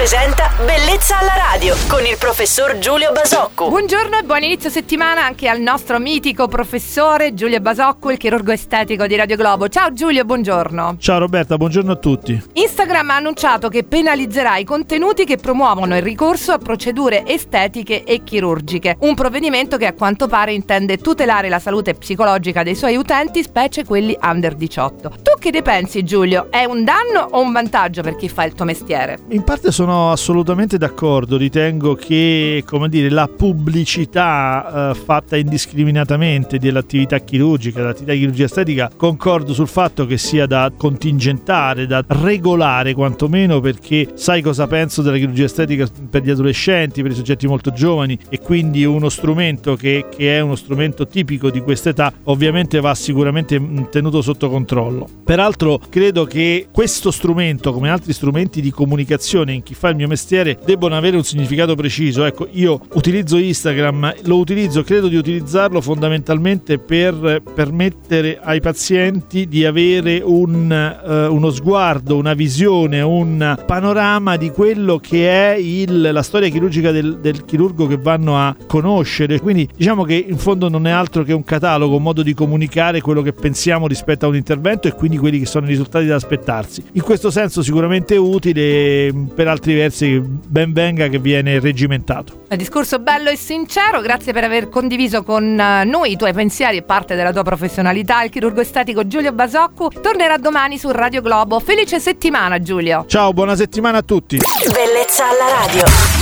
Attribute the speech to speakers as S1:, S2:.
S1: presenta Bellezza alla radio con il professor Giulio Basocco.
S2: Buongiorno e buon inizio settimana anche al nostro mitico professore Giulio Basocco, il chirurgo estetico di Radio Globo. Ciao Giulio, buongiorno.
S3: Ciao Roberta, buongiorno a tutti.
S2: Instagram ha annunciato che penalizzerà i contenuti che promuovono il ricorso a procedure estetiche e chirurgiche, un provvedimento che a quanto pare intende tutelare la salute psicologica dei suoi utenti, specie quelli under 18. Tu che ne pensi, Giulio? È un danno o un vantaggio per chi fa il tuo mestiere?
S3: In parte sono assolutamente d'accordo, ritengo che, la pubblicità fatta indiscriminatamente dell'attività chirurgica, dell'attività di chirurgia estetica, concordo sul fatto che sia da contingentare, da regolare quantomeno, perché sai cosa penso della chirurgia estetica per gli adolescenti, per i soggetti molto giovani, e quindi uno strumento che è uno strumento tipico di quest'età ovviamente va sicuramente tenuto sotto controllo. Peraltro credo che questo strumento, come altri strumenti di comunicazione in chi fa il mio mestiere, debbono avere un significato preciso. Ecco, io utilizzo Instagram, credo di utilizzarlo fondamentalmente per permettere ai pazienti di avere uno sguardo, una visione, un panorama di quello che è la storia chirurgica del chirurgo che vanno a conoscere. Quindi diciamo che in fondo non è altro che un catalogo, un modo di comunicare quello che pensiamo rispetto a un intervento e quindi quelli che sono i risultati da aspettarsi. In questo senso sicuramente utile, per altri versi ben venga che viene regimentato.
S2: Un discorso bello e sincero, grazie per aver condiviso con noi i tuoi pensieri e parte della tua professionalità. Il chirurgo estetico Giulio Basocco tornerà domani su Radio Globo. Felice settimana, Giulio.
S3: Ciao, buona settimana a tutti.
S1: Bellezza alla radio.